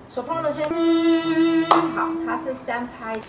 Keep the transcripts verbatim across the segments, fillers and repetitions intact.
手碰的先，好，它是三拍。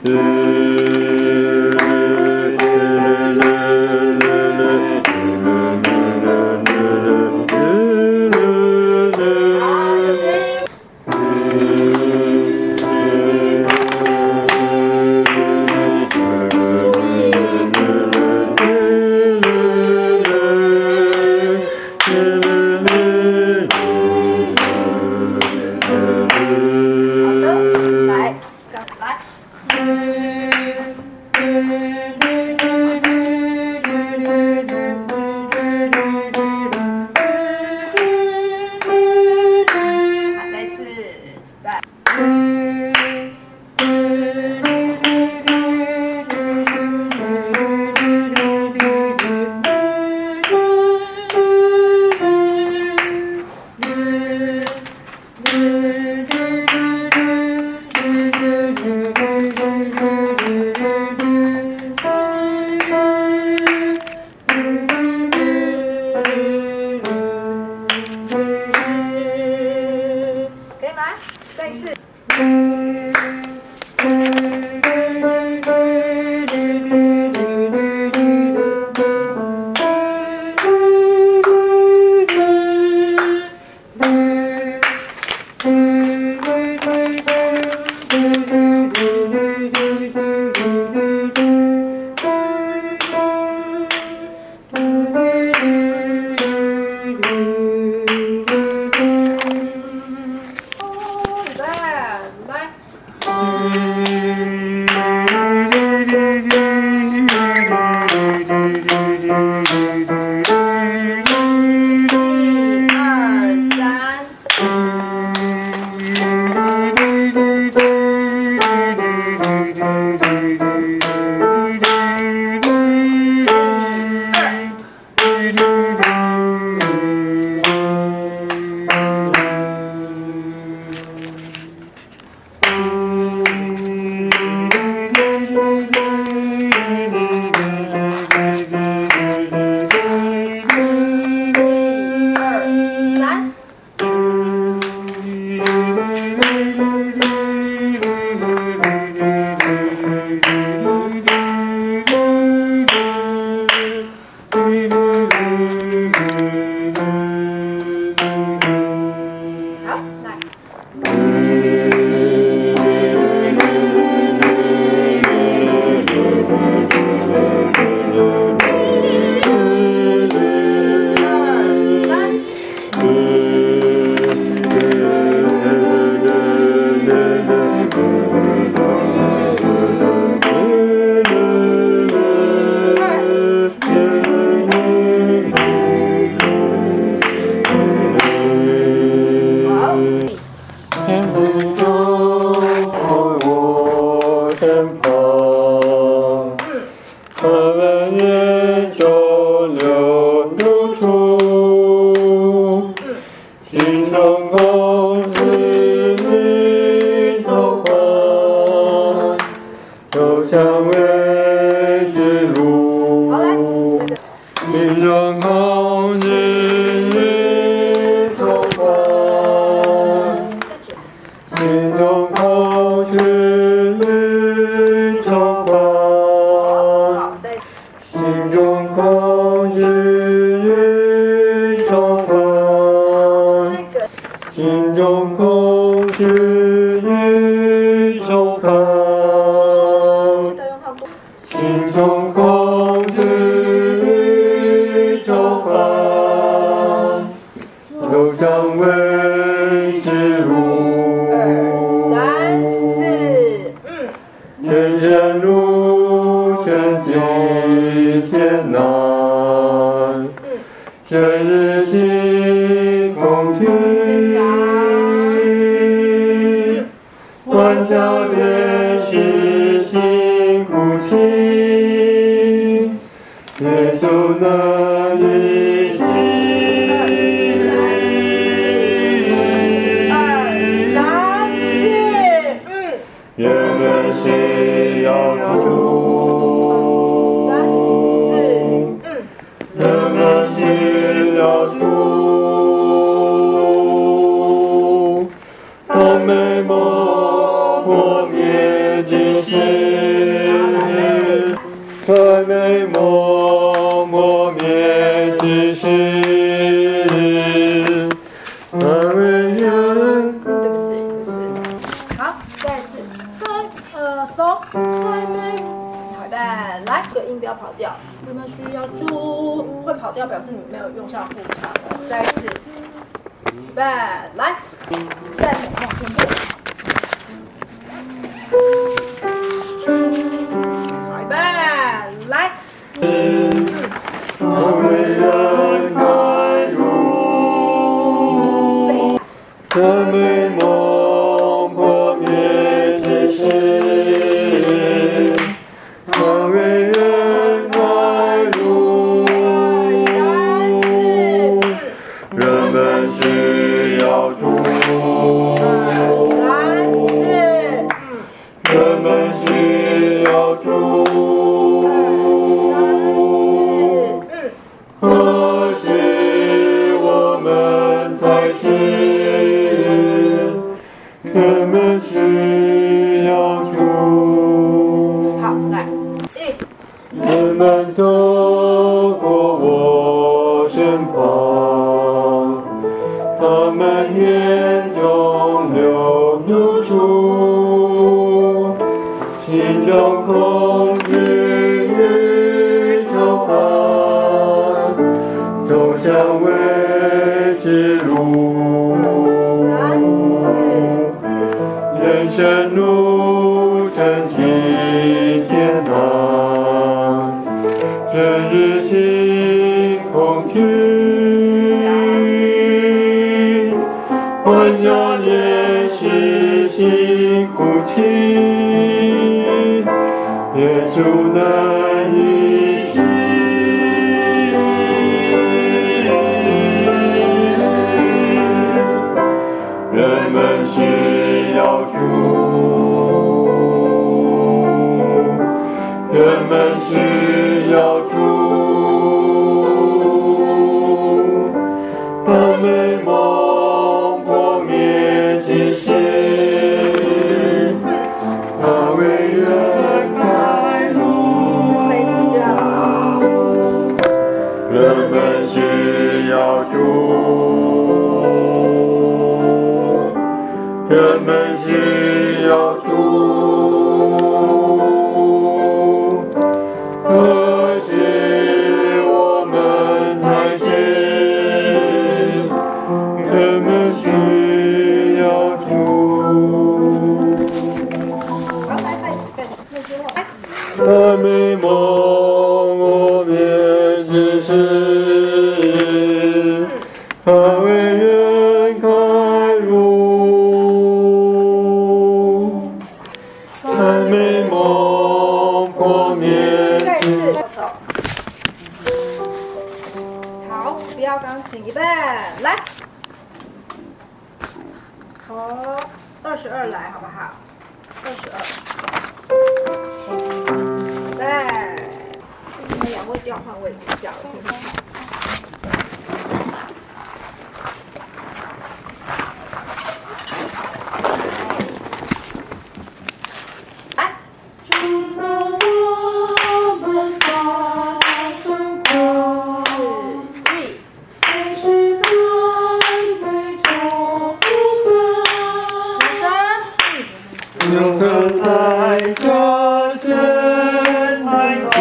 破灭即是太美梦破灭之时，太为人。 对不起，不是。好，再一次，三二三，太美。好，预备，来，这个音不要跑调，你们需要注，会跑调表示你没有用上腹腔哦。再一次，预备，来，再往前步。好，预备，来。 太为人开路，太美梦破灭之时，太为人开路。人们需要主，人们需要主。何时我们才知？人们需要主。 好，来，一， 人们走过我身旁，他们眼中流露出心中恐惧与愁烦。走向未知路， 三四， 人生路程极艰难，整日心恐惧，欢笑也是辛苦期，耶稣能医治。人们需要主，人们需要主，太美梦破灭之时，他为人开路。 没怎么这样啊。 人们需要主。人们需要主，何时我们才知？人们需要主。 好，来，再一次，再一次，那之后，来。 太美梦破灭之时，他为人开路。太美梦破灭再一之次手。好，不要钢琴，预备，来。从二十二来，好不好？二十二。预备。你们两位调换位置叫，听不清。 永恒在这天台高，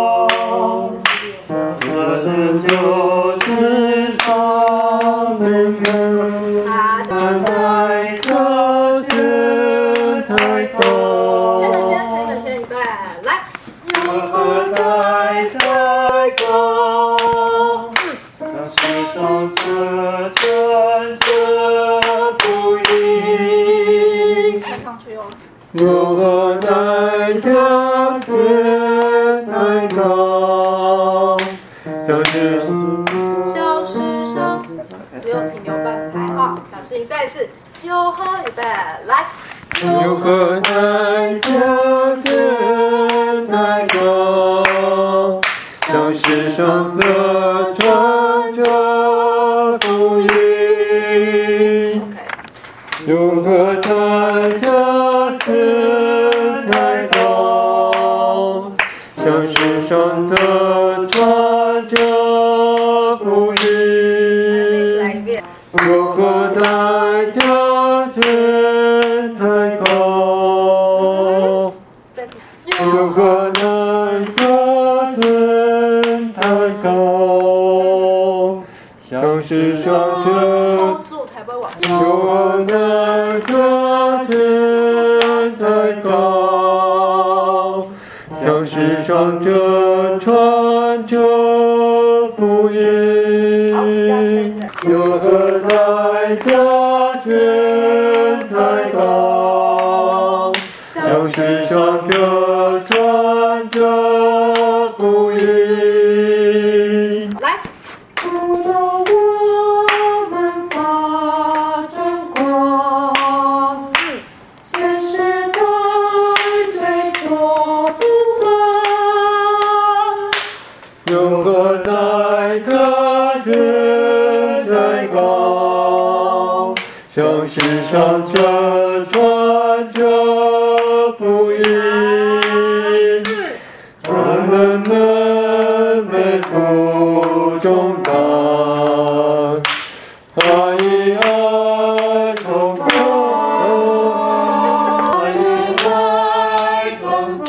这就是上的人。在这天台高， 牵着先，牵着先，预备，来。 永恒在这高，这世上这真实不易。永恒在这天台高，小世小世上只有停留半拍啊！小声音，再一次，永恒预备，来。 永恒在这天台高，像世上这真实不易。永恒在这天台高。 有何奈他身太高，像世上这。 hold 住才不会往下。 有何奈他身太高，像世上这传着福音。有何奈他身太高，像世上这传着福音。 来。 有何奈他身太高，像世上这传着福音。他们们没负重担，爱与爱同工，爱与爱同工。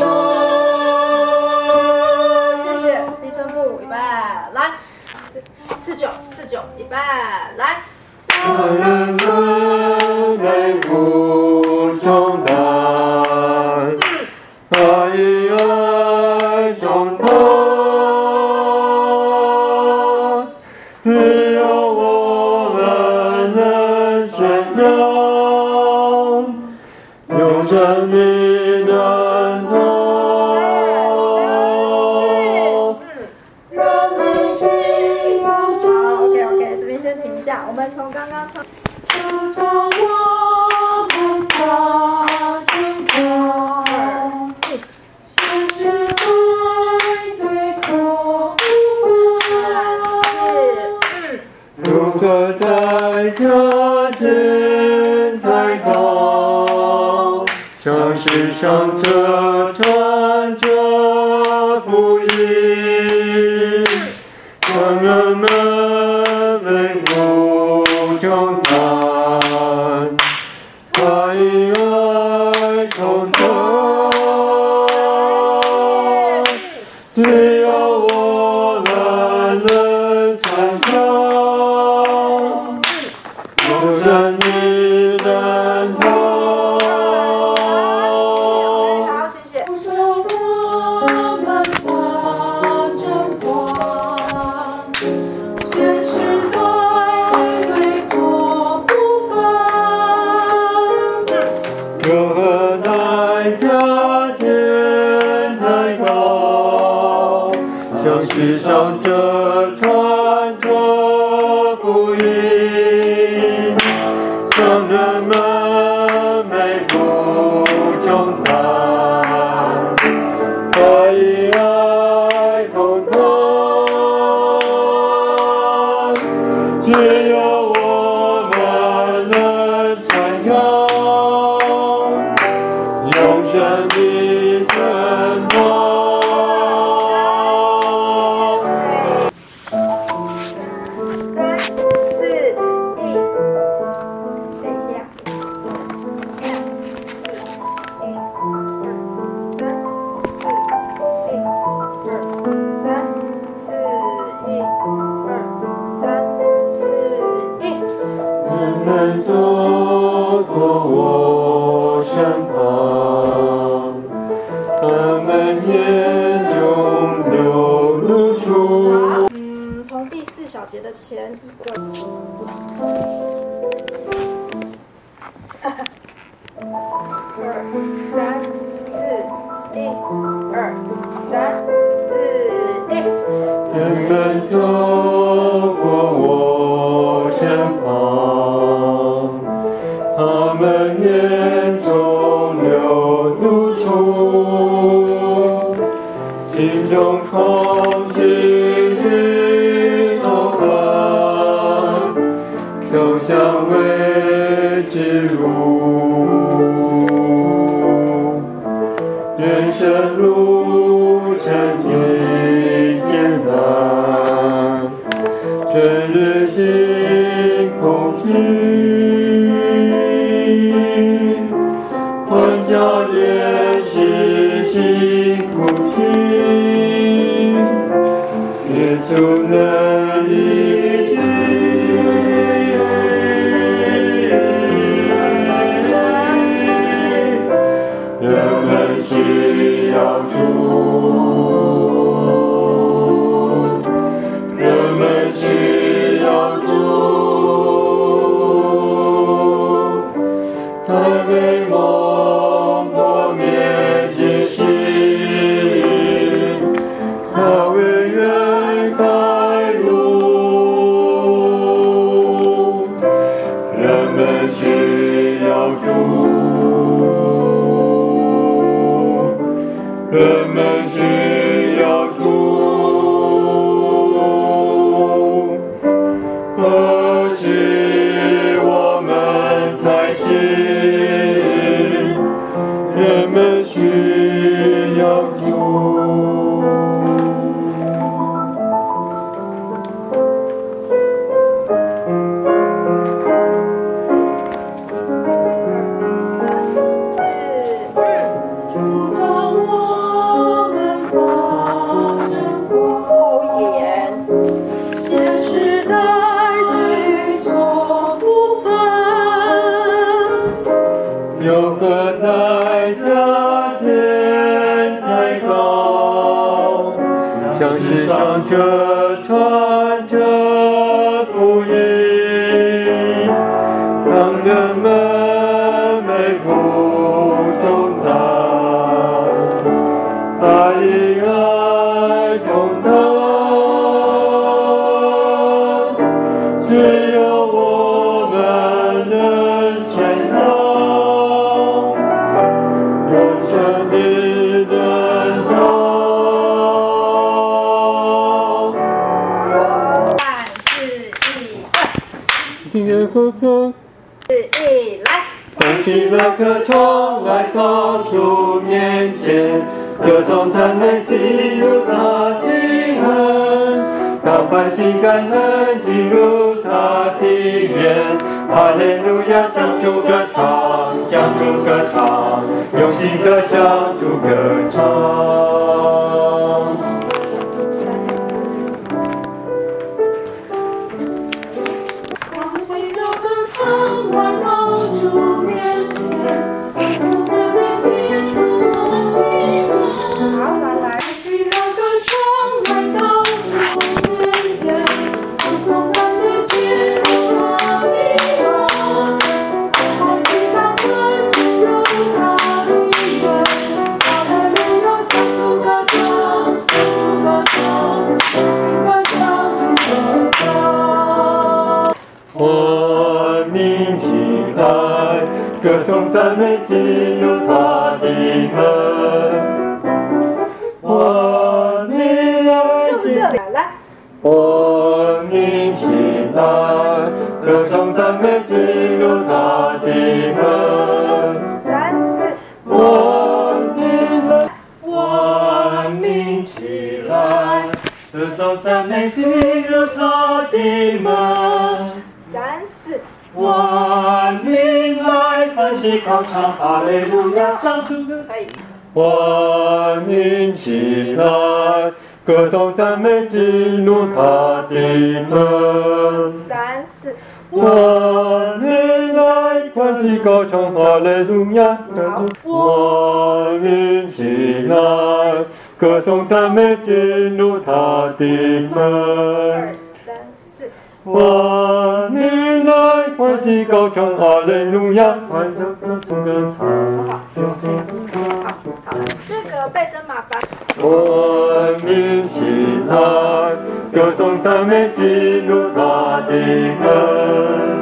四九四九，预备，来。 他人们没负重担，爱与爱中担，只有我们能宣扬，用生命传统。 我们从刚刚唱。 主张我们发真光，现实对对错不分，如何代价现太高，像世上这传着福音，让人们没负重担，爱与爱同担，只有我们能参考，用生命传统。 好，谢谢。 有何奈他身太高，像世上这传着福音，让人们没负重担，爱与爱同担，只有我们能传扬。用生命传统。 三四一，等一下，三四一，三四一，二三四一，二三四一。 人们走过我身旁，他们眼中流露出。 嗯，从第四小节的前一个。二三四一，二三四一。 人们走过我身旁，他们眼中流露出，心中空虚与愁烦，走向未知路。人生路程极艰难，整日心空虚，欢笑也是心呼吸，耶稣能医治。人们需要主。人们需要主，他为梦破灭之时，他为人开路。人们需要主，人们需要主。何时我们才知，人们需要主。 主张我们发生过后一点，现时代对错不分， 有个代价显太高，像是上车传着福音，让人们没负重担，他以爱重担，只有我们能全当，用生命真道。 三四一二， 今天喝喝。 四一来。 放起了颗虫来到主面前，歌颂赞美进入他的恩，当欢喜感恩进入他的园。哈利路亚，向主歌唱，向主歌唱，用心歌向主歌唱。 放起了颗虫来到主面前，歌颂赞美进入他的恩。好，来来。放起了颗虫来到主面前，歌颂赞美进入他的恩。欢喜感恩进入他的园。哈利路亚，向主歌唱，向主歌唱，用心歌向主歌唱。 我们起来，歌颂赞美进入他的门。我们来， 就是这里，来。 我们起来，歌颂赞美进入他的门。 三四， 我们来，我们起来，歌颂赞美进入他的门。 三四， 我们来，欢喜高唱，哈利路亚，上主歌。 可以。 我们起来，歌颂赞美进入他的门。 三四， 我们来，欢喜高唱，哈利路亚。我们起来，歌颂赞美进入他的门。 二三四， 我们来，欢喜高唱，哈利路亚。欢着歌颂歌唱。 好，好，这个倍增麻烦。 我们起来，歌颂赞美进入他的门。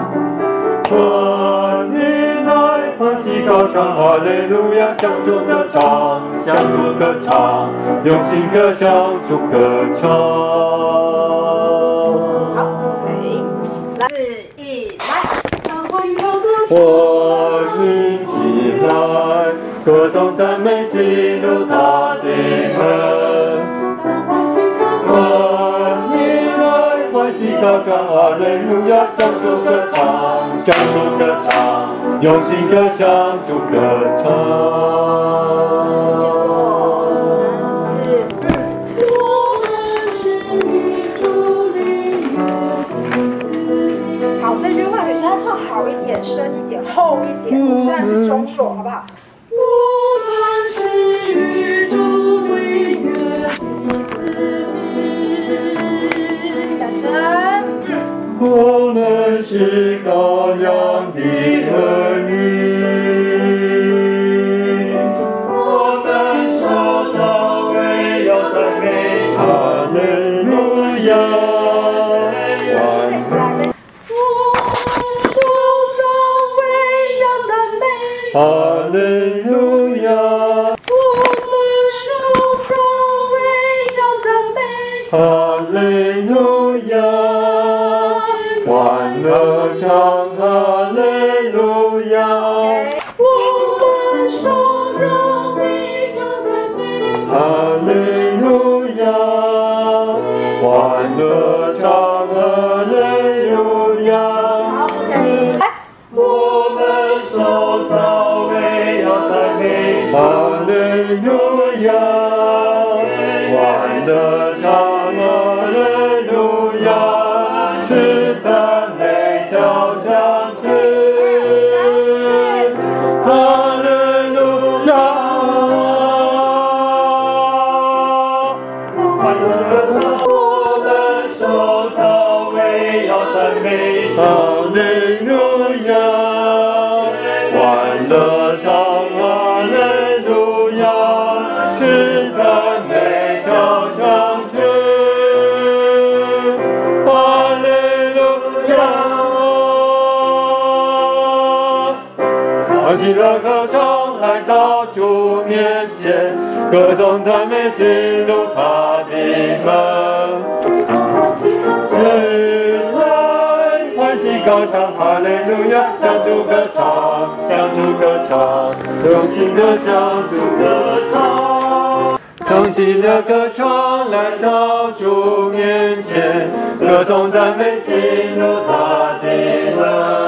我们来，欢喜高唱，哈利路亚，向主歌唱，向主歌唱，用心歌向主歌唱。 好，可以。来，四一来。 我们起来，歌颂赞美进入他的门。我们来，欢喜高唱，哈利路亚，向主歌唱，向主歌唱，用心歌向主歌唱。 是羔羊的儿女，我们受造为要赞美哈利路亚。哈利路亚， 我们受造为要赞美。 哈利路亚，欢乐唱哈利路亚。 我们受造为要赞美。 哈利路亚，欢乐唱哈利路亚。我们受造为要赞美哈利路亚，欢乐唱哈利路亚，是赞美交响曲，哈利路亚。我们受造为要赞美哈利路亚，欢乐唱哈利路亚，是赞美交响曲，哈利路亚。欢喜的歌声来到主面前，歌颂赞美进入他的门。高唱哈利路亚，向主歌唱，向主歌唱，用心歌向主歌唱。同心的歌唱来到主面前，歌颂赞美进入他的门。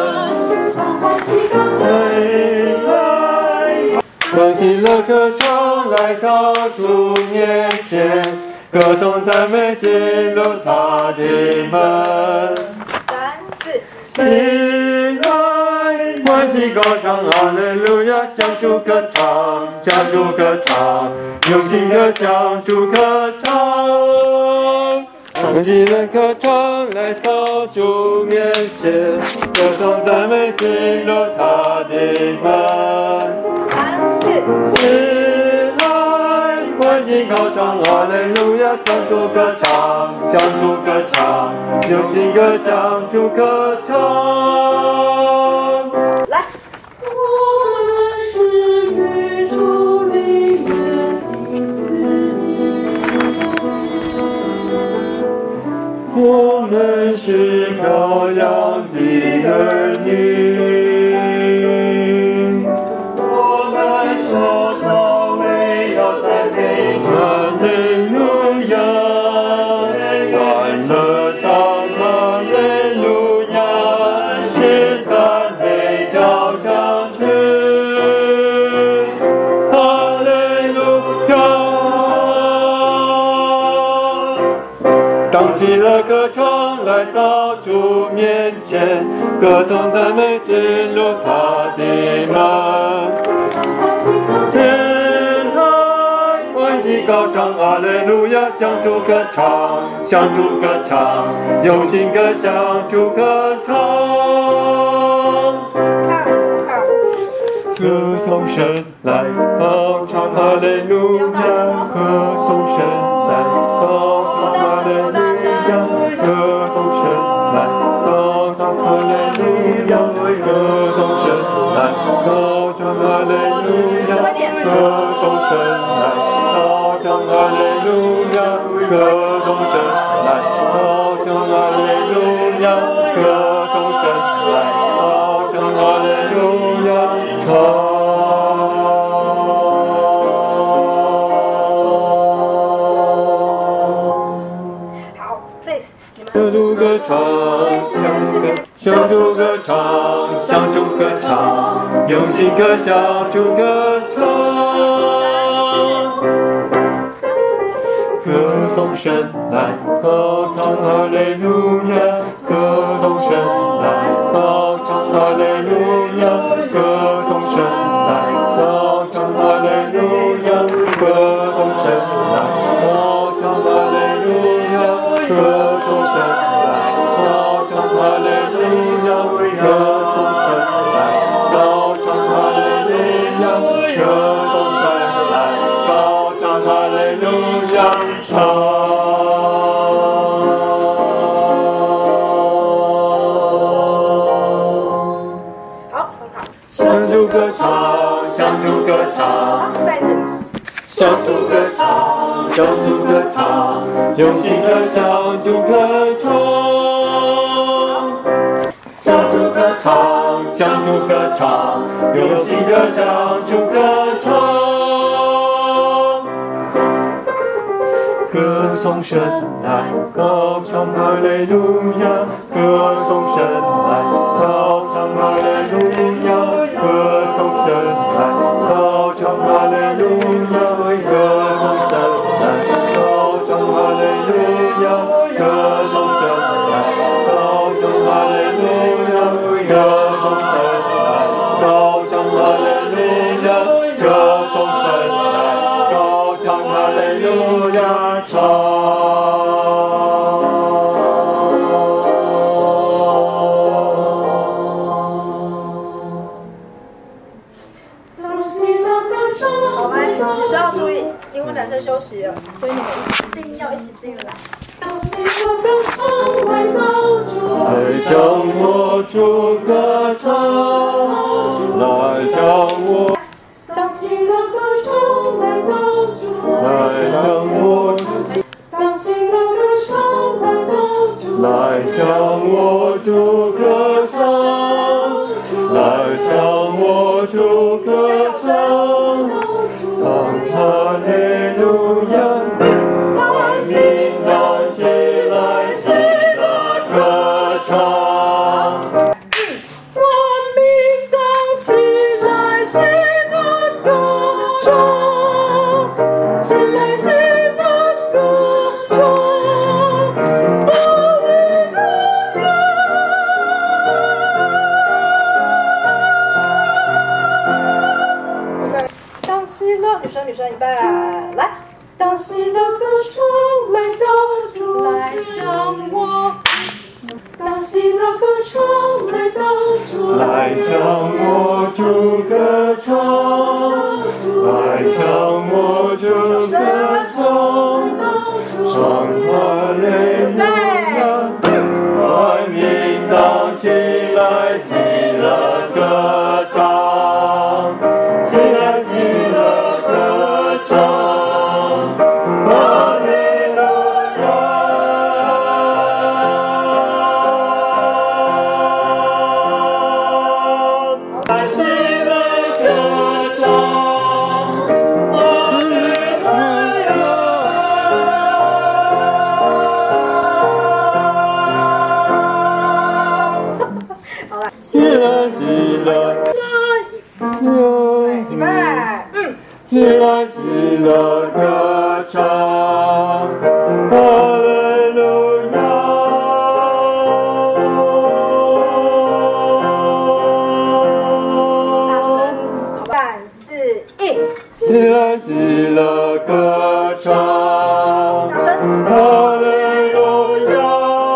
同心的歌唱来到主面前，歌颂赞美进入他的门。起来，欢喜高唱哈利路亚，向主歌唱，向主歌唱，用心歌向主歌唱。同心的歌唱来到主面前，歌颂赞美进入他的门。 三四。 起来，欢喜高唱哈利路亚，向主歌唱，向主歌唱，用心歌向主歌唱。 来，我们是宇宙里面的子民， 我们是羔羊的儿女，我们受造为要赞美哈利路亚，欢乐唱哈利路亚，是赞美交响曲，哈利路亚。当喜乐歌唱来到主面前，歌颂赞美进入他的门。天来欢喜高唱哈利路亚，向主歌唱，向主歌唱，用心歌向主歌唱。歌颂神来高唱哈利路亚，歌颂神来高唱哈利路亚，歌颂神来高唱哈利路亚，歌颂神来高唱哈利路亚，歌颂神来高唱哈利路亚，歌颂神来高唱哈利路亚，歌颂神来高唱哈利路亚。唱。 好 ，face， 你们。 向主歌唱，向主歌唱，向主歌唱，用心歌向主歌唱。歌颂神来高唱哈利路亚，歌颂神来高唱哈利路亚，歌颂神来高唱哈利路亚，歌颂神来高唱哈利路亚，歌颂神来高唱哈利路亚， 路上唱。 好，很好。 向主歌唱，向主歌唱。 好，再一次。 向主歌唱，向主歌唱，用心的向主歌唱。向主歌唱，向主歌唱，用心的向主歌唱。歌颂神来，高唱哈利路亚！歌颂神来，高唱哈利路亚！歌颂神来，高唱哈利路亚！歌颂神来，高唱哈利路亚！歌颂神来，高唱哈利路亚！歌颂神来，高唱哈利路亚！歌颂神来，高唱哈利路亚！唱。 好，来，女生要注意，因为男生休息了，所以你们一定要一起进来。 来向我主歌唱，来向我， 当喜乐歌唱来到主， 来向我， 当喜乐歌唱来到主， 来向我主歌唱，来向我主歌唱，唱哈利路亚，万民当起来喜乐歌唱。 万民当起来喜乐歌唱，起来喜乐歌唱，哈利路亚。OK， 当喜乐，女生女生预备，来，当喜乐歌唱来到主，来向我。当喜乐歌唱来到主， 来向我主歌唱，来向我主歌唱，唱哈利路亚，万民当起来喜乐歌唱，起来喜乐歌唱，哈利路亚。来喜乐歌唱，哈利路亚。 好了， 喜乐喜乐， 对，预备，嗯， 喜乐喜乐歌唱，哈利路亚。 大声，好吧，三四一， 喜乐喜乐歌唱， 大声， 哈利路亚。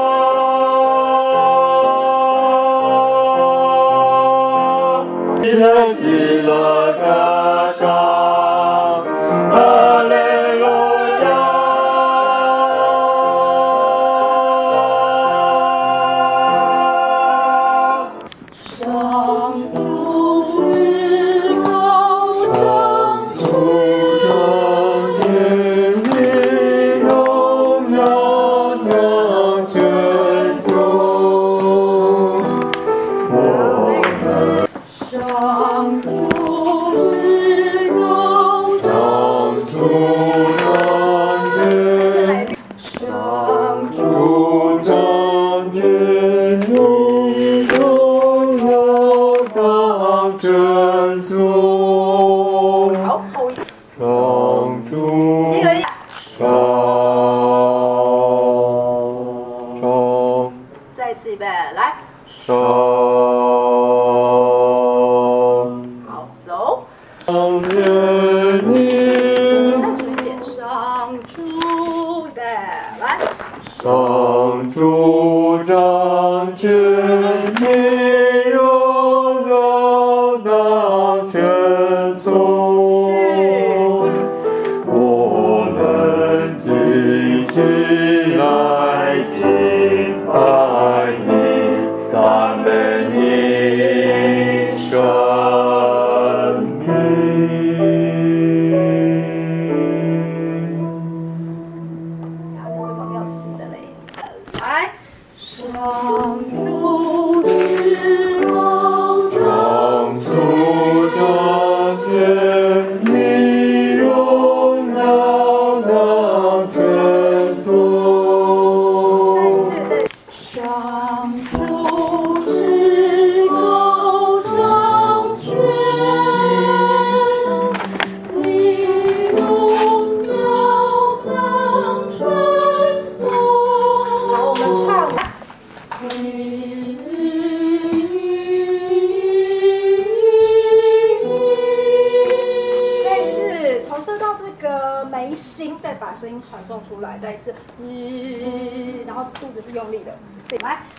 喜乐喜乐歌唱，哈利路亚。 上主至高， 唱出彰显你荣耀的真颂。我们上主至高， 唱出彰显， 上主主彰显你荣耀的真颂。 好，后一， 上主第二一， 上上再一次预备，来， 上， 好，走， 上愿你， 再注意点，上主，预备，来， 上主彰显你荣耀的真颂。我们声音传送出来，再一次，嗯，然后肚子是用力的，自己来。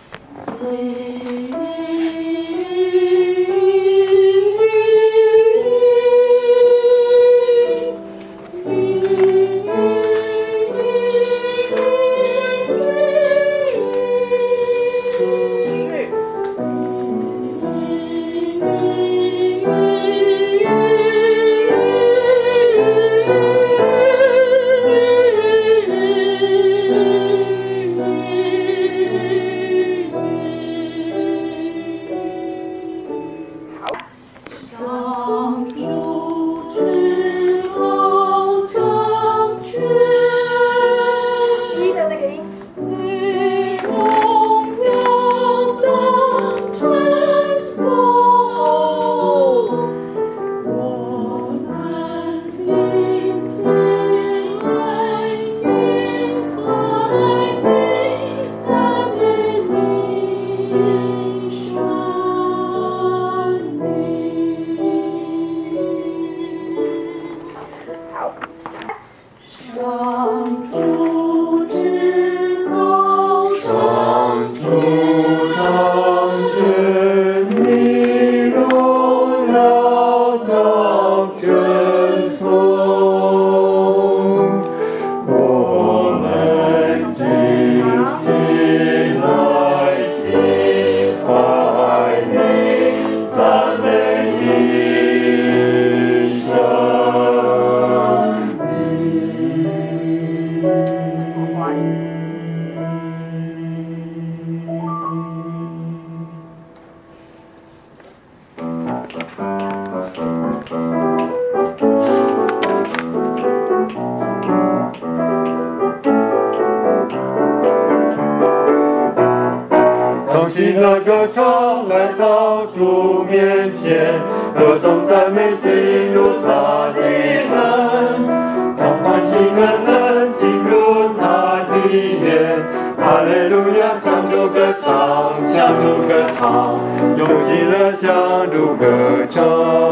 那歌唱来到主面前，歌颂赞美进入他的门，当欢喜感恩进入他的园。哈利路亚，向主歌唱，向主歌唱，用喜乐向主歌唱。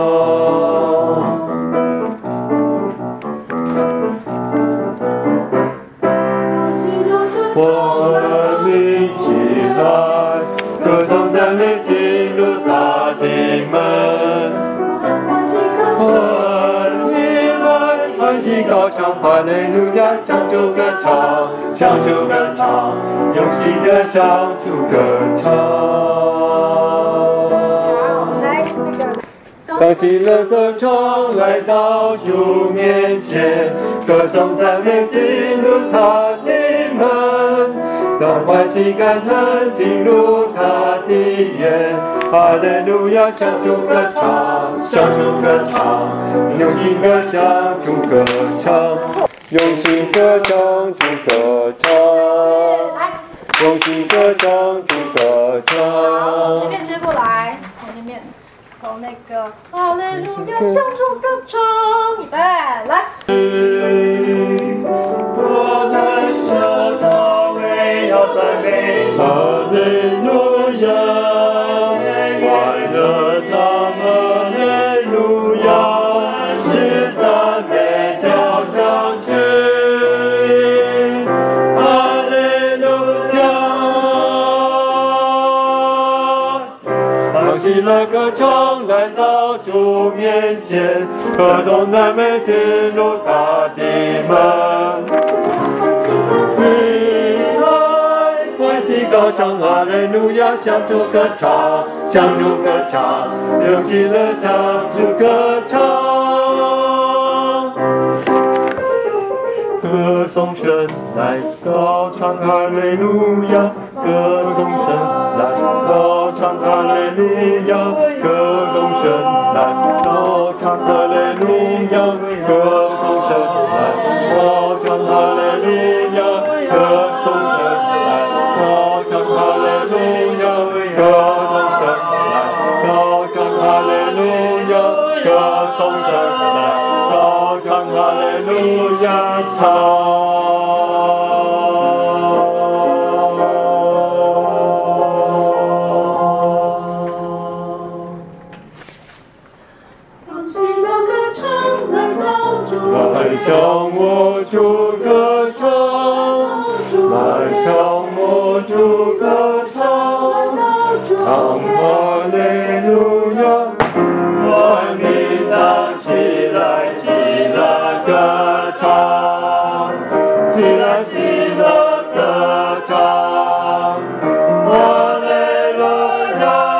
我们一起来，歌颂赞美进入他的门。欢迎来，欢喜高唱，哈利路亚，向主歌唱，向主歌唱，用喜乐向主歌唱。当喜乐歌唱来到主面前，歌颂赞美进入他的门，当欢喜感恩进入他的园。哈利路亚，向主歌唱，向主歌唱，用心歌向主歌唱，用心歌向主歌唱，用心歌向主歌唱。 好，从前面接过来，从前面。从那个哈利路亚向主歌唱，预备，来。 我们手操为要赞美哈利路亚，快乐唱哈利路亚，是赞美交响曲，哈利路亚，当喜乐歌唱。来到主面前，歌颂赞美进入他的门。起来，欢喜高唱，哈利路亚，向主歌唱，向主歌唱，用喜乐向主歌唱。歌颂神来高唱，哈利路亚，歌颂神来高唱，哈利路亚，歌颂神来高唱，哈利路亚，歌颂神来高唱，哈利路亚，歌颂神来高唱，哈利路亚，歌颂神来高唱，哈利路亚，歌颂神来高唱，哈利路亚，唱。向我主歌歌唱，来向我主歌唱，唱哈利路亚，万民当起来，起来歌唱，起来起来歌唱，哈利路亚。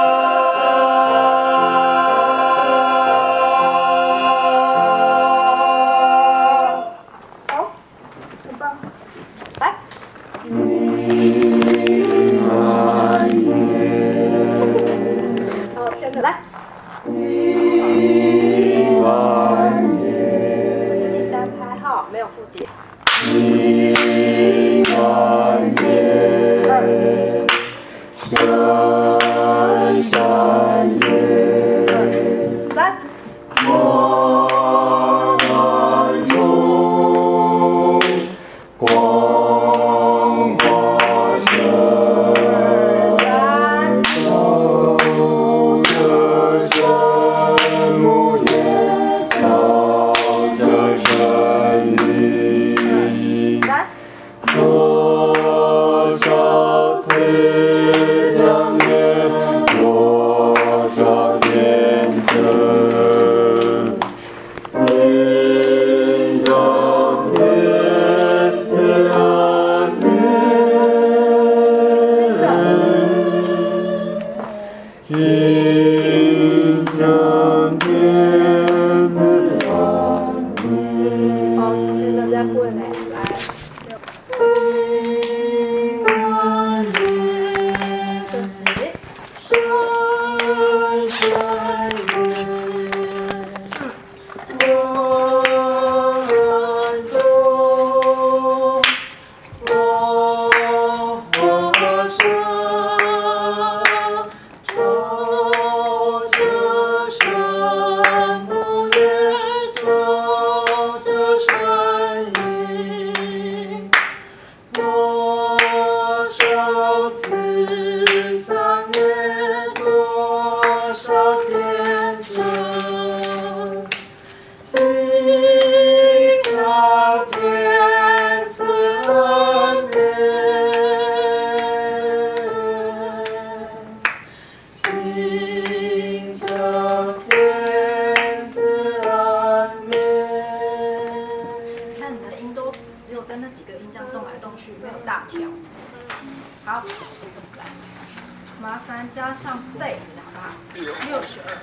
加上贝斯，好不好？六十二，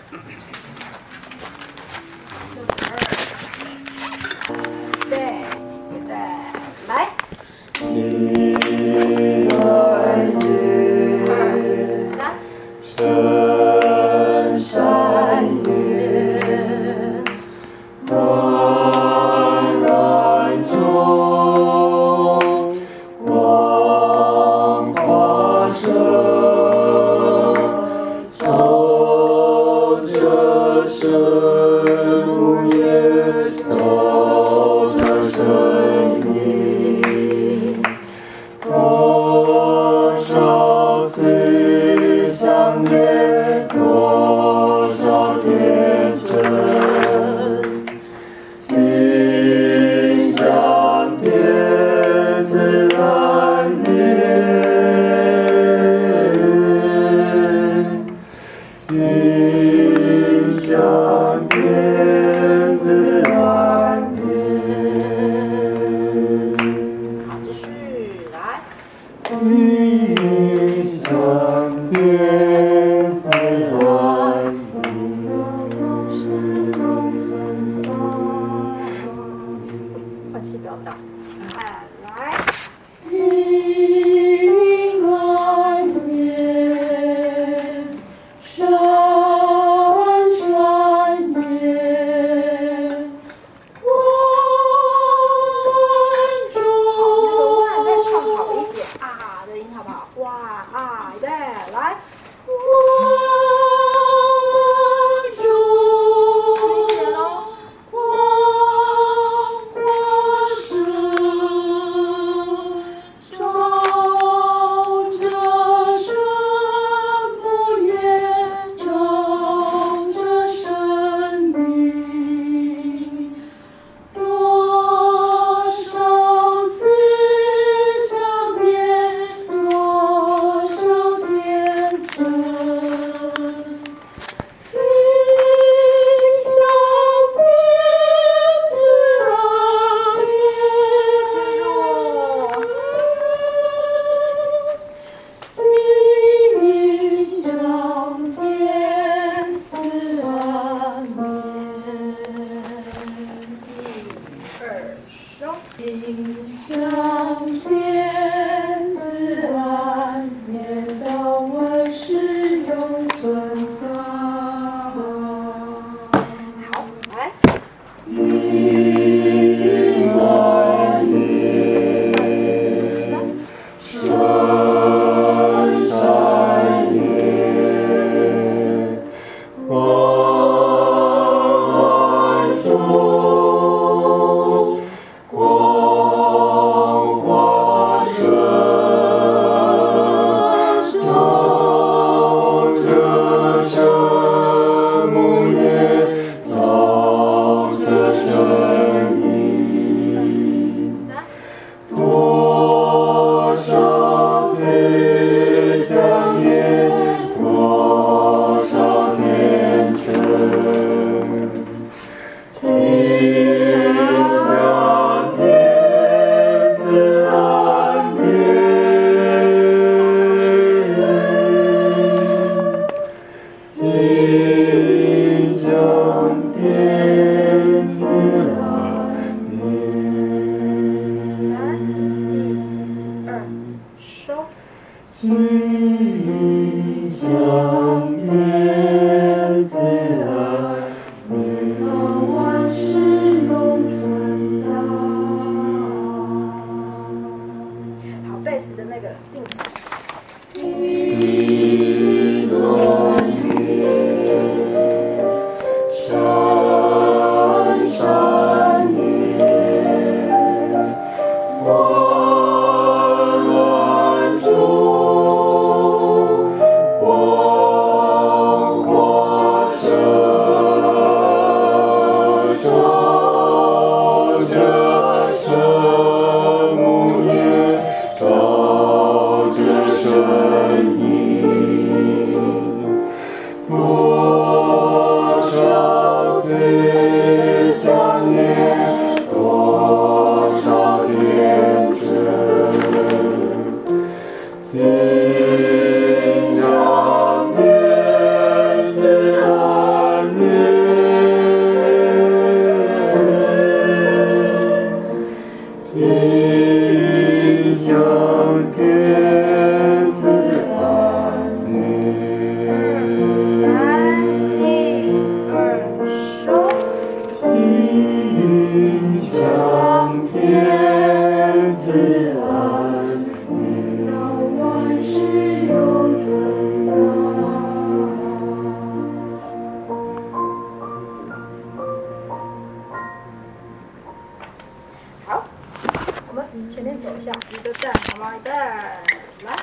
六十二，对，对，来。一、二、三，深山野，茫然中，望花生。生无言，走着生命，多少次想念，多少天真，心像天自然眠，心像天自然眠。好，继续来。心像天自然眠，始终存在。换气不要大声。哎，来。云外面，山。 相见自然，免到万事永存在。好，来。一来也，深山也，万万中，光华盛，照着圣母也，照着圣衣，多少次相念，多少天真，天下天自安眠，天下天自安眠。三、二、收。天下天自安眠，万事永存在。好，贝斯的那个进行。一落叶，山山也，万万中，光华盛，照着圣母也，照着圣衣，多少次相念，多少天真，天上天自安眠，天上天自安眠。三、二、收。天上天自安眠，万事永存在。好，我们前面走一下，一个站，好吗？预备，来。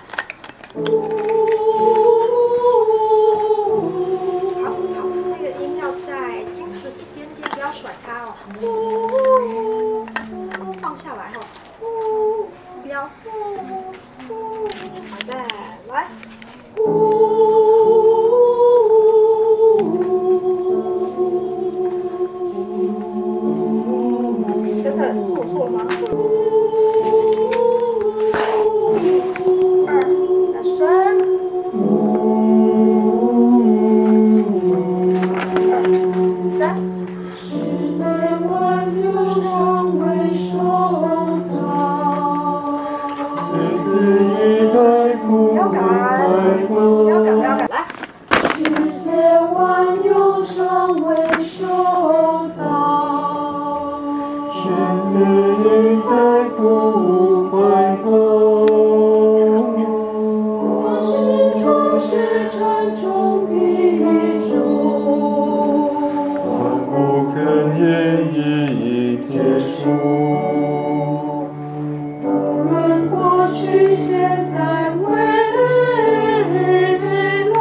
好好，那个音要再紧顺一点点，不要甩它哦。放下来哦。不要。好的，来。真的做错了吗？二，来深。二，三。世间万有尚未收藏， 日子已在不不要赶，不要赶，不要赶，来。世间万有尚未收藏， 日子已在不怀抱， 我是创世沉重的主， 万物更也已结束。 无论过去、现在、未来，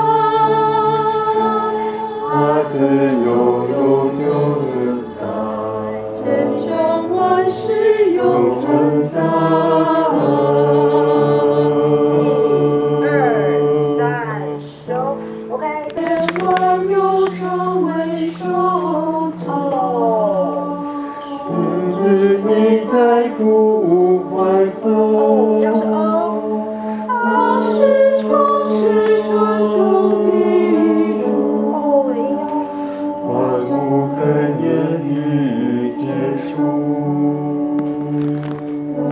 它自永永就存在， 天将万事永存在。一、二、三，收。OK。天万有尚未收藏， 日子已在不怀抱。 哦，一样是哦。我是创世沉重的主。哦，尾音哦。 万物更也已结束。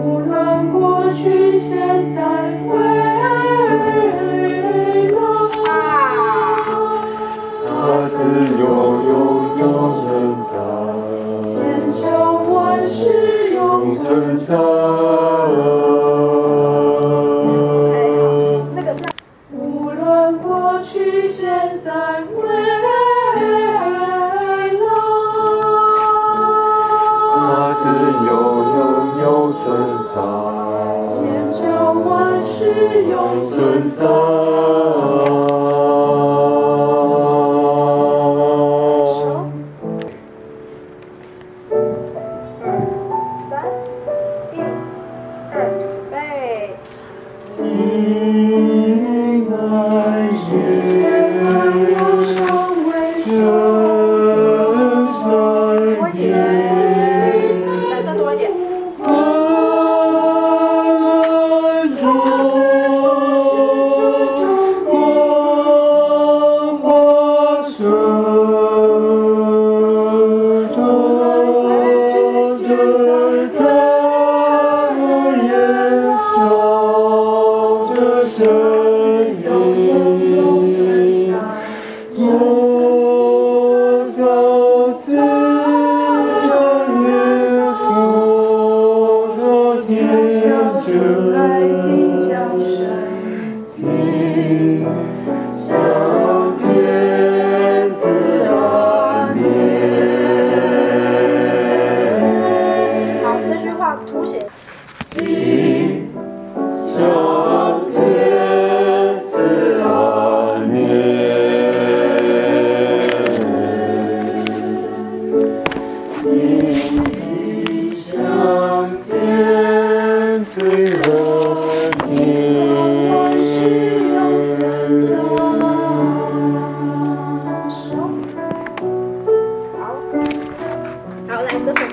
永永存在， 千秋万世永存在。 OK， 好，那个是无论过去、现在、未来， 它自永永永存在， 千秋万世永存在。 最和平。